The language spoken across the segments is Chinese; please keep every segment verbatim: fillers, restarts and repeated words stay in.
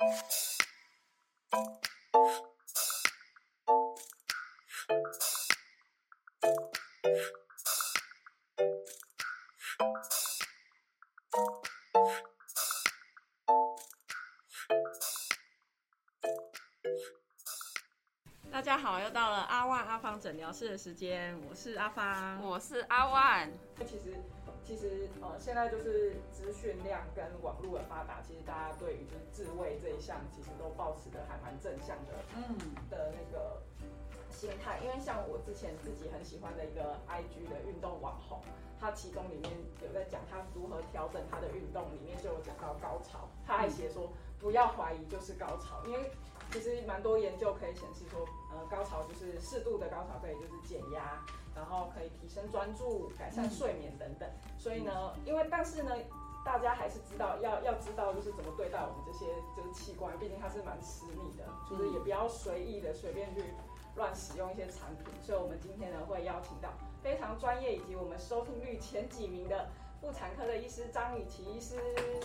大家好，又到了阿万阿芳诊疗室的时间，我是阿芳， 我是阿万。 其实，其实呃，现在就是资讯量跟网络的发达，其实大家对于就是自慰这一项，其实都抱持的还蛮正向的，嗯的那个心态。因为像我之前自己很喜欢的一个 I G 的运动网红，他其中里面有在讲他如何调整他的运动，里面就有讲到高潮，他还写说不要怀疑就是高潮，因为其实蛮多研究可以显示说，呃，高潮就是适度的高潮可以就是减压，然后可以提升专注、改善睡眠等等。所以呢，因为但是呢，大家还是知道要要知道就是怎么对待我们这些就是器官，毕竟它是蛮私密的，就是也不要随意的随便去乱使用一些产品。所以我们今天呢会邀请到非常专业以及我们收听率前几名的妇产科的医师张雨绮医师，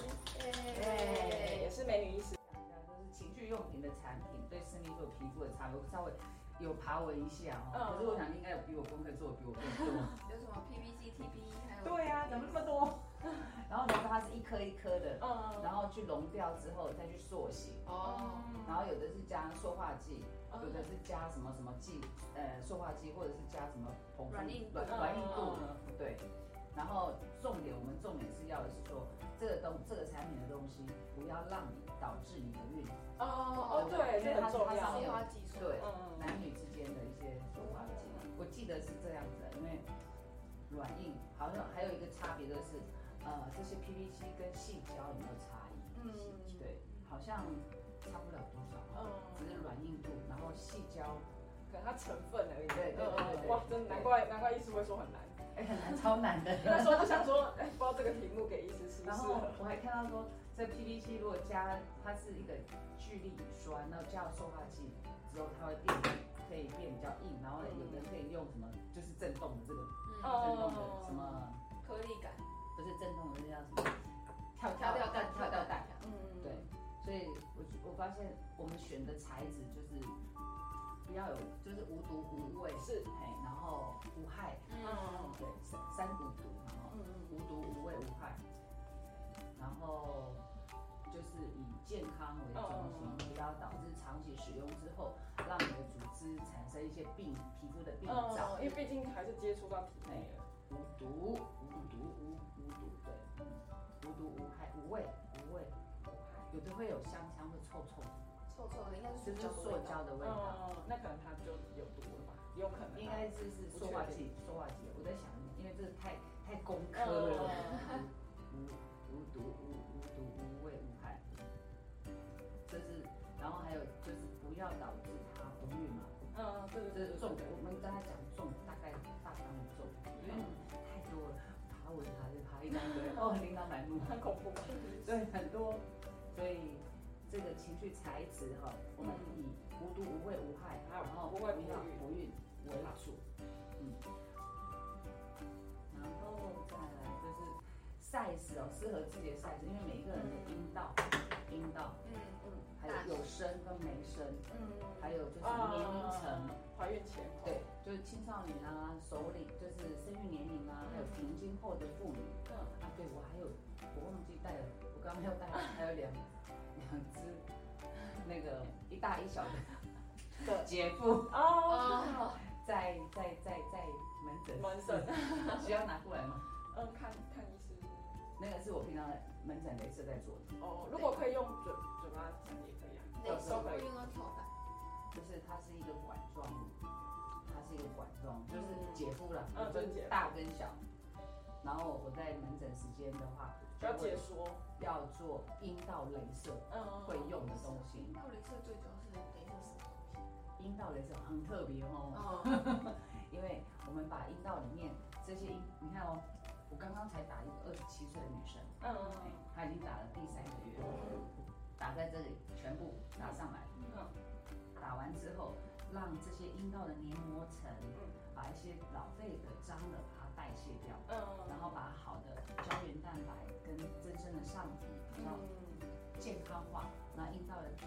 也是美女医师。 情趣用品的产品对私密处皮肤的差别，我稍微有爬文一下哦、嗯。可是我想应该有比我功课做的比我更多。 有什么 P V C、T P E 还有？ 对啊，怎么那么多？然后你说它是一颗一颗的，嗯，然后去溶掉之后再去塑形，哦，然后有的是加塑化剂，有的是加什么什么剂，呃，塑化剂或者是加什么软硬软软硬度，对。然后重点，我们重点是要的是说，这个东这个产品的东西不要让你导致你的孕。 哦哦，对，这很重要。 塑化技术，对，男女之间的一些塑化剂，我记得是这样子的，因为软硬好像还有一个差别就是，呃，这些 P V C 跟矽胶有没有差异？嗯，对，好像差不了多少，嗯，只是软硬度，然后矽胶。 可能它成分而已。 对对对对。 哇，真难怪难怪医师会说很难。 哎，很难，超难的。 那时候就想说，哎，不知道这个题目给医师适不适合。 我还看到说，这 P V C 如果加它是一个聚氯乙酸，然后加了塑化剂之后，它会变可以变比较硬，然后有的人可以用什么，就是震动的这个，震动的什么颗粒感， 不是震动的，那叫什么？跳跳跳蛋，跳跳蛋。嗯，对。所以我我发现我们选的材质就是。不要有，就是无毒无味，是，嘿，然后无害，嗯，对，三三无毒，然后无毒无味无害，然后就是以健康为中心，不要导致长期使用之后，让你的组织产生一些病，皮肤的病灶， 因为毕竟还是接触到体内了。 无毒，无毒，无无毒，对，无毒无害，无味无味无害，有的会有香香，会臭臭的。 臭臭的应该是就是塑胶的味道， 嗯，那可能它就有毒了吧？有可能， 应该是是塑化剂，塑化剂。我在想，因为这个太太工科了，无无毒无无毒无味无害，这是，然后还有就是不要导致它不孕嘛，嗯，对对，这是重点。我们刚才讲重，大概大纲的重，因为太多了，爬文爬就爬一大堆，哦，琳琅满目， 很恐怖， 对，很多，所以。这个情趣材质哈，我们以无毒无味无害，然后不会不要不孕为主，嗯，然后再来就是 size 哦，适合自己的 size， 因为每一个人的阴道、阴道，嗯嗯，还有有生跟没生，嗯，还有就是年龄层， 怀孕前， 对，就是青少年啊、熟龄，就是生育年龄啊，还有停经后的妇女，嗯啊，对我还有我忘记带了，我刚刚没有带，还有两。两只那个一大一小的姐夫哦，在在在在门诊门诊需要拿过来吗？ 嗯，看看医师。 那个是我平常的门诊雷射在做的。 哦，如果可以用嘴嘴巴讲也可以啊， 雷射可以用到跳蛋。 就是它是一个管状，它是一个管状，就是姐夫了， 嗯， 就是大跟小。然后我在门诊时间的话， 就要解说， 要做阴道雷射，嗯，会用的东西。 阴道雷射最主要是雷射什么东西？ 阴道雷射很特别哦，因为我们把阴道里面这些阴，你看哦，我刚刚才打一个二十七岁的女生，嗯，她已经打了第三个月，打在这里，全部打上来，嗯，打完之后，让这些阴道的黏膜层，把一些老废的、脏的把它代谢掉，嗯，然后把好的胶原蛋白跟增生的上皮比较健康化，那阴道的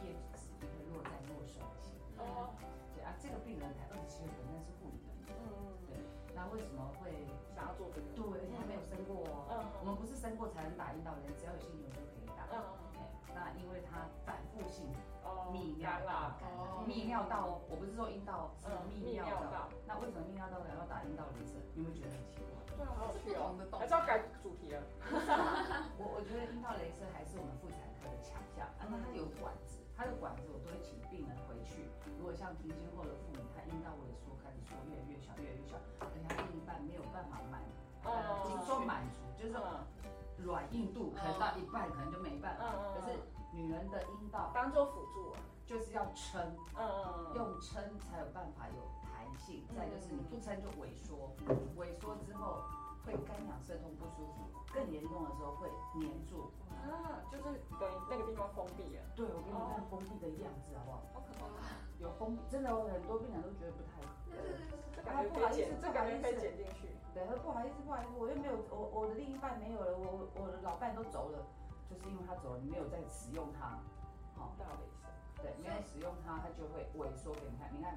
且本身是护理人， 嗯， 对，那为什么会想要做这个？ 对，而且还没有生过哦，嗯，我们不是生过才能打阴道雷，只要有性行为就可以打，嗯，那因为它反复性泌尿道感染，泌尿道哦，我不是说阴道，是泌尿道。那为什么泌尿道感染要打阴道雷射？你有没有觉得很奇怪？ 对啊，好有趣哦，还是要改主题了。 我我觉得阴道雷射还是我们妇产科的强项，啊，那它有管子，它的管子我都会请病人回去。如果像停经后的妇女，她阴道萎缩开始缩越来越小，越来越小，而且她另一半没有办法满，呃，不是说满足，就是说软硬度可能到一半可能就没办法。可是女人的阴道当做辅助啊， 就是要撑，嗯，用撑才有办法有弹性。再就是你不撑就萎缩，萎缩之后会干痒涩痛不舒服，更严重的时候会黏住。 啊，就是等于那个地方封闭了。 对，我给你看封闭的样子好不好？ 好可怕。 有封闭，真的有很多病人都觉得不太。 这感觉可以剪，这感觉可以剪进去。 对，他说不好意思，不好意思，我又没有，我我的另一半没有了，我我的老伴都走了，就是因为他走了，你没有再使用它， 好，大雷射。 对，没有使用它，它就会萎缩给你看，你看。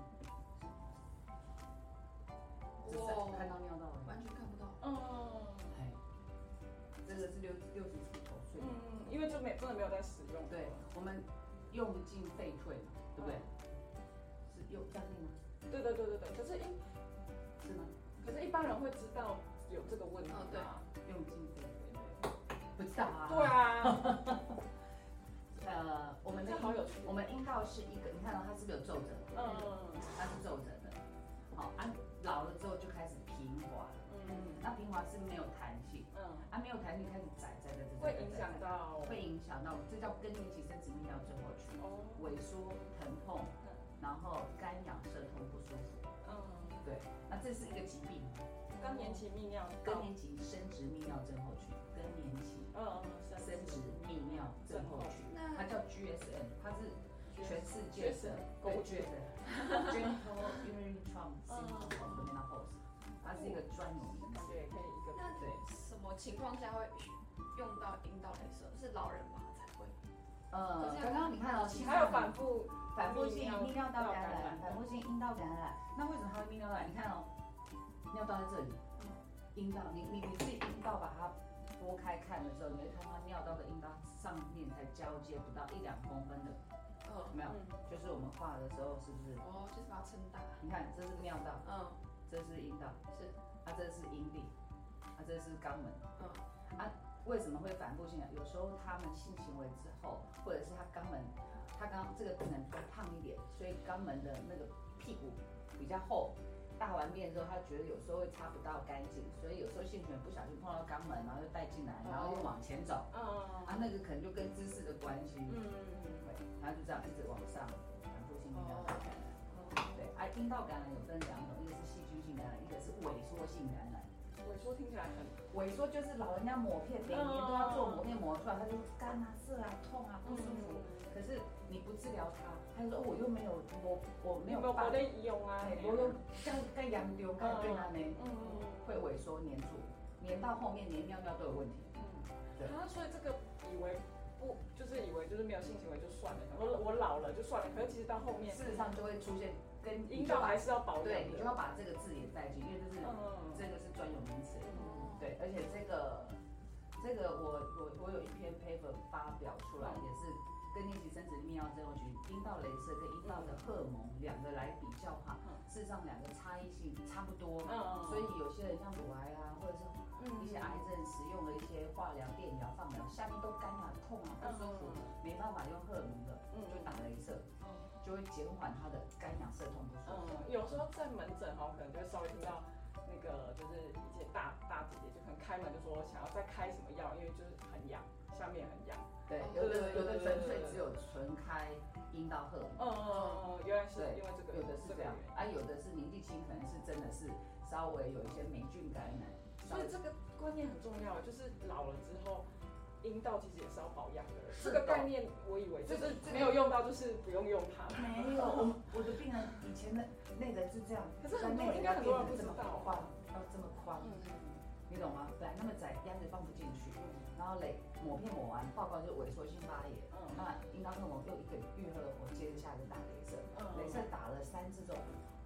哇，看到尿道了？ 完全看不到。 嗯， 哎，这个是六六十出头岁。 嗯，因为就没真的没有在使用。 对，我们用进废退嘛，对不对？是用这样念吗？ 对对对对对，可是一是吗？ 可是一般人会知道有这个问题吗？ 对，用进废退，对，不知道啊。 对啊。 呃，我们的好有趣。 我们阴道是一个，你看到它是不是有皱褶？嗯，它是皱褶的。好，啊，老了之后就开始平滑了。嗯，那平滑是没有弹性。嗯，啊，没有弹性开始窄窄的， 会影响到， 会影响到，这叫更年期生殖泌尿症候群。哦，萎缩、疼痛，然后干痒涩痛不舒服。嗯，对，那这是一个疾病。 更年期泌尿， 更年期生殖泌尿症候群，更年期，嗯，生殖泌尿症候群，它叫 G S M， 它是全世界的公决的 Genital Urinary Tract Syndrome of Menopause， 它是一个专有名词， 也可以一个。 那对什么情况下会用到阴道雷射？是老人吗才会？ 呃，刚刚你看哦， 还有反复反复性泌尿道感染，反复性阴道感染，那为什么它会泌尿道感染？你看哦。尿道在这里，阴道，你你你自己阴道把它拨开看的时候，你会看到尿道的阴道上面才交接不到一两公分的，有没有？就是我们画的时候是不是？ 哦，就是把它撑大。 你看，这是尿道，嗯，这是阴道， 是， 啊，这是阴蒂，啊，这是肛门，嗯，啊，为什么会反复性啊？有时候他们性行为之后，或者是他肛门，他刚这个病人比较胖一点，所以肛门的那个屁股比较厚。大完便之后，他觉得有时候会擦不到干净，所以有时候性权不小心碰到肛门，然后又带进来，然后又往前走，啊，那个可能就跟姿势的关系，嗯嗯对，然后就这样一直往上，反复性泌尿道感染，对，啊，阴道感染有分两种，一个是细菌性感染，一个是萎缩性感染。 萎缩听起来很， 萎缩就是老人家抹片，每年都要做抹片，抹出来他就干啊、涩啊、痛啊、不舒服，可是你不治疗它。他说、哦、我又没有我我没有办法用啊， 我又该该养丢该对它呢，嗯，会萎缩黏住，黏到后面连尿尿都有问题。嗯，对。 啊，所以这个以为不就是以为就是没有性行为就算了，我我老了就算了，可是其实到后面事实上就会出现跟阴道还是要保养， 对，你就要把这个字也带进，因为这是、嗯、这个是专有名词。嗯，对，而且这个这个我我我有一篇 paper 发表出来，也是。更年期生殖泌尿症候群，阴道雷射跟阴道的荷尔蒙两个来比较哈，事实上两个差异性差不多，所以有些人像乳癌啊，或者是一些癌症使用了一些化疗、电疗、放疗，下面都干啊、痛啊、不舒服，没办法用荷尔蒙的，就打雷射，就会减缓它的干痒涩痛不舒服。 有时候在门诊哈，可能就会稍微听到那个就是一些大大姐姐就可能开门就说想要再开什么药，因为就是很痒，下面很痒。 对，有的有的纯粹只有纯开阴道荷尔蒙。 嗯嗯嗯，原来是因为这个。 有的是这样，啊，有的是年纪轻，可能是真的是稍微有一些霉菌感染。 所以这个观念很重要，就是老了之后，阴道其实也是要保养的。这个概念我以为就是没有用到，就是不用用它。 没有，我我的病人以前的内人是这样， 可是很多应该很多人不知道， 宽要这么宽。你懂吗？本来那么窄，鸭子放不进去，然后嘞抹片抹完，报告就萎缩性发炎。嗯，那阴道荷尔蒙又一个月后，我接着下就打雷射，雷射打了三次之后，后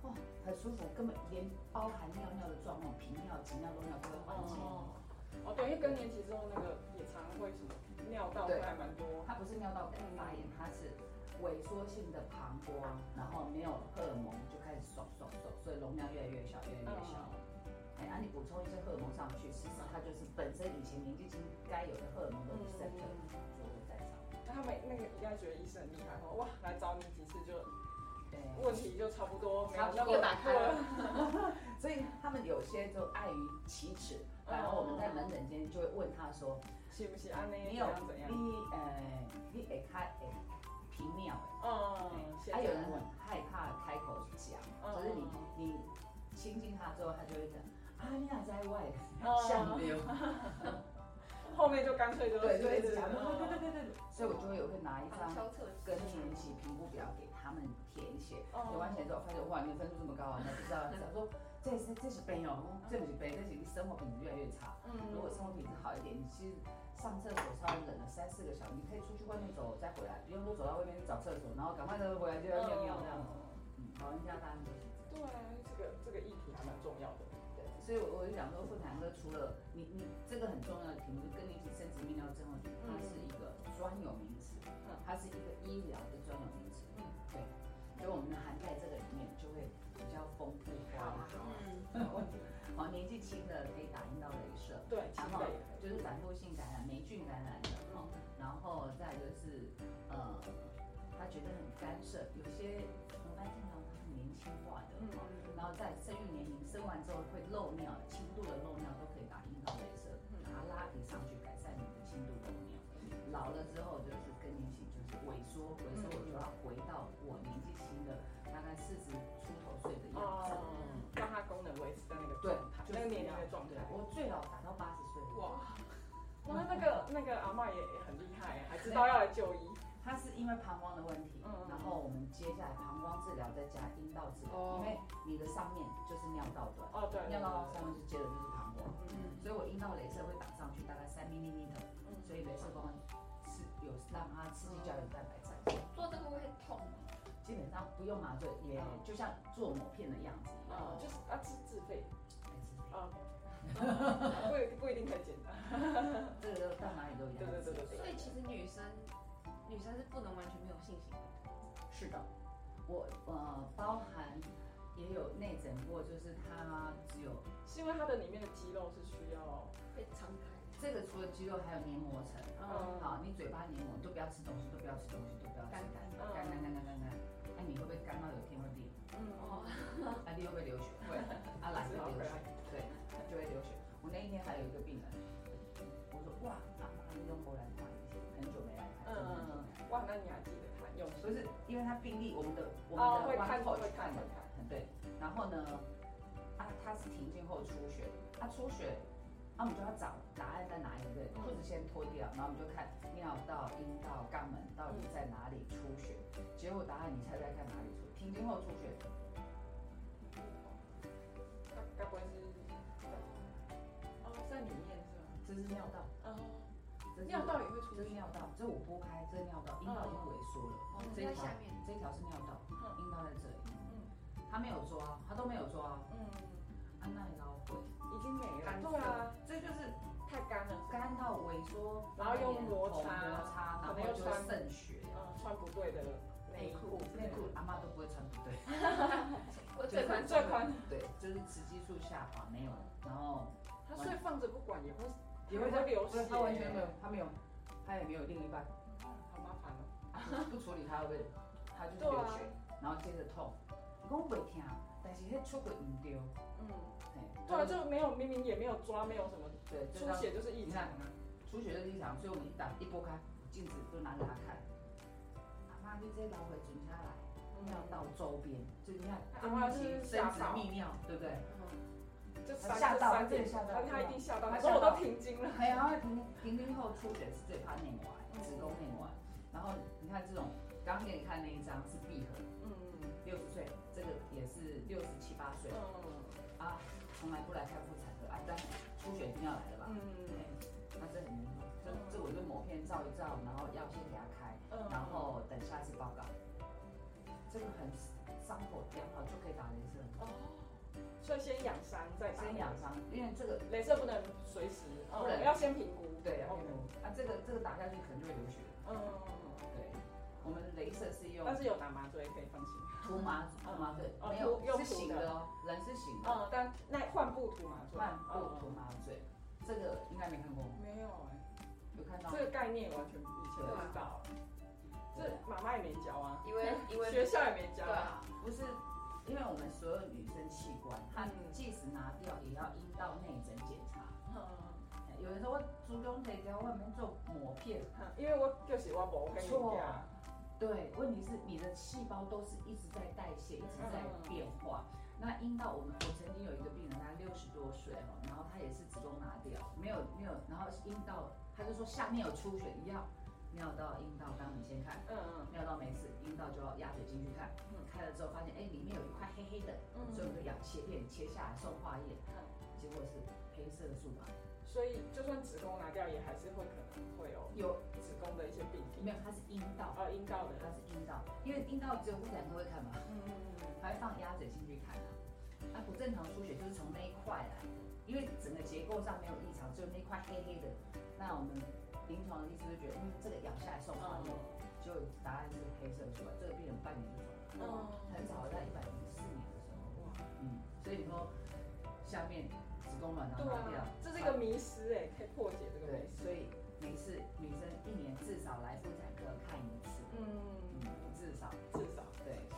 哦，很舒服，根本连包含尿尿的状况，频尿、急尿、漏尿都会缓解。 哦，对，因为更年期之后那个也常会什么尿道会还蛮多。 它不是尿道感发炎，它是萎缩性的膀胱，然后没有荷尔蒙就开始爽爽爽，所以容量越来越小，越来越小。哎，啊，你补充一些荷尔蒙上去，其实它就是本身以前年纪轻该有的荷尔蒙的 receptor 做的在上。 那他们那个应该觉得医生很厉害哦，哇，来找你几次就。问题就差不多没有那么打开了， 所以他们有些就碍于启齿，然后我们在门诊间就会问他说， 是不是安内？ 你有怎样？ 你呃，你会开会频尿的， 嗯， 还有人很害怕开口讲，就是你你亲近他之后，他就会讲啊，你哪在外像流。 后面就干脆就对，就一直讲，对对对对对，所以我就会有会拿一张更年期评估表给他们填写，填完写之后发现哇，你的分数这么高啊，那不知道，想说这是这是病哦，这不是病，这是你生活品质越来越差。嗯，如果生活品质好一点，你其实上厕所稍微忍了三四个小时，你可以出去外面走再回来，不用说走到外面去找厕所，然后赶快的回来就要尿尿这样。嗯，老人家当然都是。 对，这个这个议题还蛮重要的。 所以我就想说，妇产科除了你你这个很重要的题目，更年期生殖泌尿症候群，它是一个专有名词，它是一个医疗的专有名词，嗯，对，所以我们含在这个里面就会比较丰富化一点。嗯，好，年纪轻的可以打阴道雷射， 对， 然后就是反复性感染、霉菌感染的，哦，然后再就是呃，他觉得很干涉，有些我们听到他是年轻化的，嗯，然后在生育年龄生完之后会漏尿，轻度的漏尿都可以打阴道雷射，把它拉提上去改善你的轻度漏尿。老了之后就是更年期，就是萎缩，萎缩我就要回到我年纪轻的大概四十出头岁的样子， 让它功能维持在那个状态，那个年龄的状态。 我最老打到八十岁。 哇，哇，那个那个阿嬷也很厉害，还知道要来就医。 他是因为膀胱的问题，嗯、然后我们接下来膀胱治疗再加阴道治疗，哦、因为你的上面就是尿道段， 哦对， 尿道上面是接的就是膀胱，嗯，所以我阴道雷射会打上去大概三 m m， 嗯，所以雷射光是有让它刺激胶原蛋白产生。 做这个会痛吗？ 基本上不用麻醉，也就像做抹片的样子一样， 嗯，就是啊自自费， 自费啊，不不一定可以简单， 这个到哪里都一样， 对对对对。所以其实女生。女生是不能完全没有性行为的。 是的，我呃包含也有内诊过，就是她只有是因为它的里面的肌肉是需要被撑开。 这个除了肌肉还有黏膜层，嗯，好，你嘴巴黏膜都不要吃东西，都不要吃东西，都不要吃干干干干干干干，那你会不会干到有天会裂？嗯哦，啊你会不会流血？会，啊来会流血，对，就会流血。我那一天还有一个病人，我说哇，阿妈你用过来看一下，很久没来看，真的很久。 哇，那你还记得他用？ 不是，因为他病历，我们的我们的会看会看会看，对。然后呢，啊，他是停经后出血，他出血，啊，我们就要找答案在哪里，对不对？裤子先脱掉，然后我们就看尿道、阴道、肛门到底在哪里出血。结果答案你猜猜看哪里出？停经后出血。 该不会是？哦，在里面是吗？ 这是尿道。哦。 尿道也会出， 这是尿道，这是我拨开，这是尿道，阴道已经萎缩了。 哦，这一条， 这一条是尿道，阴道在这里。嗯，他没有抓，他都没有抓。嗯，啊，那你老鬼已经没了。对啊，这就是太干了， 干到萎缩， 然后用摩擦， 摩擦，然后就渗血。 嗯，穿不对的内裤， 内裤阿妈都不会穿不对。 我最宽最宽， 对，就是雌激素下滑没有，然后他所以放着不管也会。 也会流血，他完全没有，他没有，他也没有另一半， 好麻烦哦。 不处理他会，他就是流血，然后接着痛。你讲袂痛，但是迄出血唔对。嗯， 对啊，就没有明明也没有抓，没有什么， 对， 出血就是异常啊。 出血就是异常，所以我们一打一拨开镜子就拿给他看。阿妈，你这老血存下来，尿道周边，就你看，更年期生殖泌尿，对不对？ 就吓到，真的吓到， 他一定吓到，他说我都停经了。 哎呀，他停停经后出血是最怕内膜癌，子宫内膜癌。然后你看这种，刚刚给你看那一张是闭合，嗯嗯，六十岁，这个也是六十七八岁，嗯啊，从来不来看妇产科啊，但出血一定要来了吧？嗯嗯，那这很严重，这这我就抹片照一照，然后药先给他开，然后等下次报告。 这个很伤口良好就可以打雷射。 哦，所以先养伤再打。 先养伤，因为这个雷射不能随时， 不能要先评估。 对，要评估。啊，这个这个打下去可能就会流血。嗯对，我们雷射是用， 但是有打麻醉可以放心。 涂麻涂麻醉没有是醒的哦，人是醒的。 嗯，但那患部涂麻醉。 患部涂麻醉，这个应该没看过。 没有哎。 有看到。 这个概念完全以前不知道。这妈妈也没教啊， 以为以为学校也没教啊。 不是，因为我们所有女生器官，它即使拿掉，也要阴道内诊检查。有人说我子宫腿条外面做抹片， 因为我就是我无黑错。 对，问题是你的细胞都是一直在代谢，一直在变化。那阴道，我们我曾经有一个病人，他六十多岁哦，然后他也是子宫拿掉，没有没有，然后阴道，他就说下面有出血，你要尿到阴道，当你先看，嗯嗯，尿到没事，阴道就要鸭嘴进去看，嗯，开了之后发现哎里面有一块黑黑的，嗯，所以我们就养切片切下来送化验，嗯，结果是黑色素嘛。 所以就算子宫拿掉，也还是会可能会有有子宫的一些病变。 没有，它是阴道。 哦，阴道的， 它是阴道，因为阴道只有妇产科会看嘛。嗯嗯嗯。还会放鸭嘴进去看啊。那不正常出血就是从那一块来，因为整个结构上没有异常，只有那一块黑黑的。那我们临床的医师就觉得，嗯，这个咬下来送化验，就答案是黑色素，这个病人半年就走了。嗯。很早，在一百零四年的时候。哇。嗯。所以你说下面。子宫卵巢拿掉， 这是一个迷思哎，可以破解这个迷思。 所以每次女生一年至少来妇产科看一次，嗯嗯，至少至少对，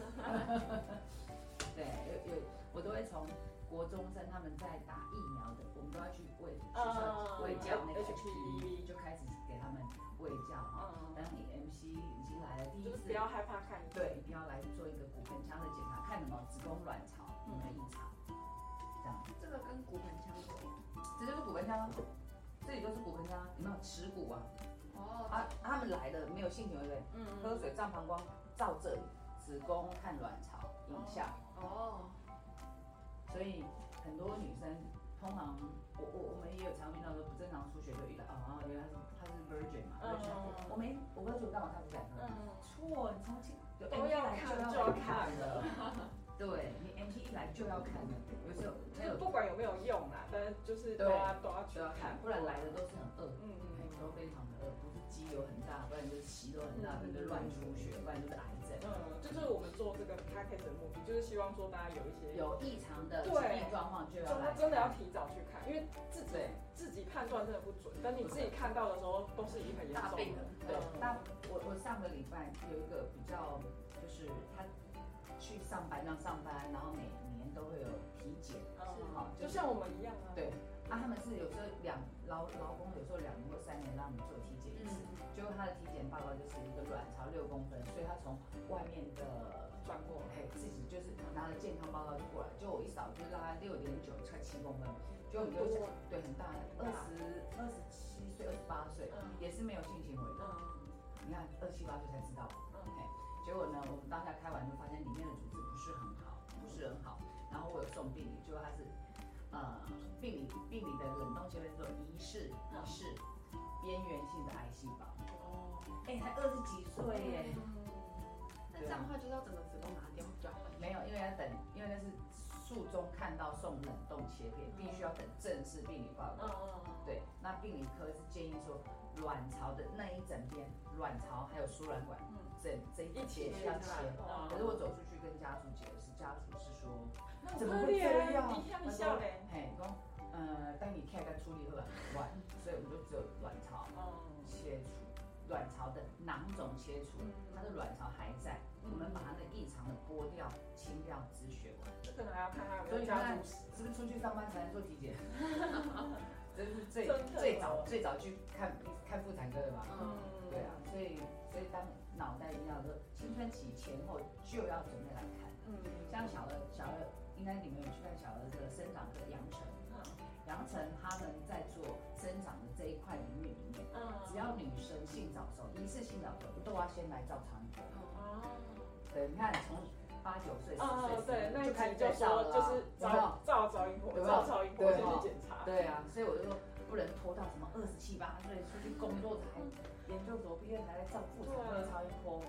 对，有有我都会从国中生他们在打疫苗的，我们都要去喂学校喂教那个 H P V， 就开始给他们喂教哈。等你 M C 已经来了第一次， 不要害怕看， 对，一定要来做一个骨盆腔的检查，看什么子宫卵巢有没有异常。 这个跟骨盆腔有， 这就是骨盆腔，这里就是骨盆腔，有没有耻骨啊？哦，啊，他们来了没有性行为对不对？嗯嗯。喝水照膀胱，照这里，子宫看卵巢影像。哦。所以很多女生通常，我我我们也有常遇到说不正常出血就遇到啊，原来是他是 virgin 嘛，我没我喝水干嘛看不见？嗯，错，你从都要看就要看了。 对你 M T 一来就要看的，有时候就是不管有没有用啦，但是就是都要都要去看， 不然来的都是很饿，嗯嗯，都非常的饿，不是肌瘤很大，不然就是息肉很大，不然就乱出血，不然就是癌症。 嗯，就是我们做这个 package 的目的，就是希望说大家有一些有异常的疾病状况就要来， 真的要提早去看，因为自己自己判断真的不准，等你自己看到的时候都是已经很严重了。 对，那我我上个礼拜有一个比较，就是他。去上班，让上班，然后每年都会有体检， 是哈，就像我们一样啊。 对，啊，他们是有时候两劳劳工有时候两年或三年让你做体检一次，结果他的体检报告就是一个卵巢六公分，所以他从外面的转过来， 哎，自己就是拿了健康报告就过来，就我一扫就是让他六点九快七公分，就你就对很大，二十二十七岁二十八岁也是没有性行为的，你看二七八岁才知道，哎。结果呢，我们当下开完就发现里面的组织不是很好，不是很好。然后我有送病理，结果它是，呃，病理病理的冷冻切片说疑似疑似边缘性的癌细胞。哦，哎，才二十几岁耶。 那这样的话就是要整个子宫拿掉就好了。 没有，因为要等，因为那是术中看到送冷冻切片，必须要等正式病理报告。嗯嗯嗯。对，那病理科是建议说卵巢的那一整边，卵巢还有输卵管。这这一节要切，可是我走出去跟家属解释，家属是说怎么会这样？你笑嘞？ 嘿，讲呃，当你开开处理后卵，所以我们就只有卵巢切除，卵巢的囊肿切除，它的卵巢还在，我们把它的异常的剥掉、清掉、止血完。 这可能还要看他有没有家族史，是不是出去上班才能做体检？这是最最早最早去看看妇产科的嘛？嗯，对啊，所以所以当脑袋一定要说青春期前后就要准备来看。嗯，像小儿小儿应该你们有去看小儿的生长科杨晨，杨晨他们在做生长的这一块领域里面，嗯，只要女生性早熟、疑似性早熟，都要先来照超音波。哦，对，你看从八九岁、十岁， 对，那就开始就说就是照照超音波，照超音波先去检查。 对啊，所以我就说不能拖到什么二十七八岁出去工作才研究所毕业才来照妇产科超音波， 赚了就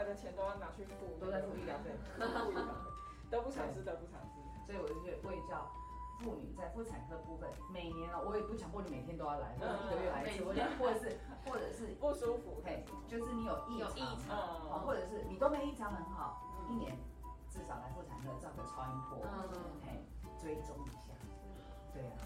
的钱都要拿去付， 都在付医疗费， 付医疗费，得不偿失，得不偿失。 所以我就觉得卫教妇女在妇产科部分，每年哦，我也不强迫你每天都要来，或者一个月来一次，或者或者是或者是不舒服， 嘿，就是你有异常， 常或者是你都没异常很好，一年至少来妇产科照个超音波，嘿，追踪一下。对啊，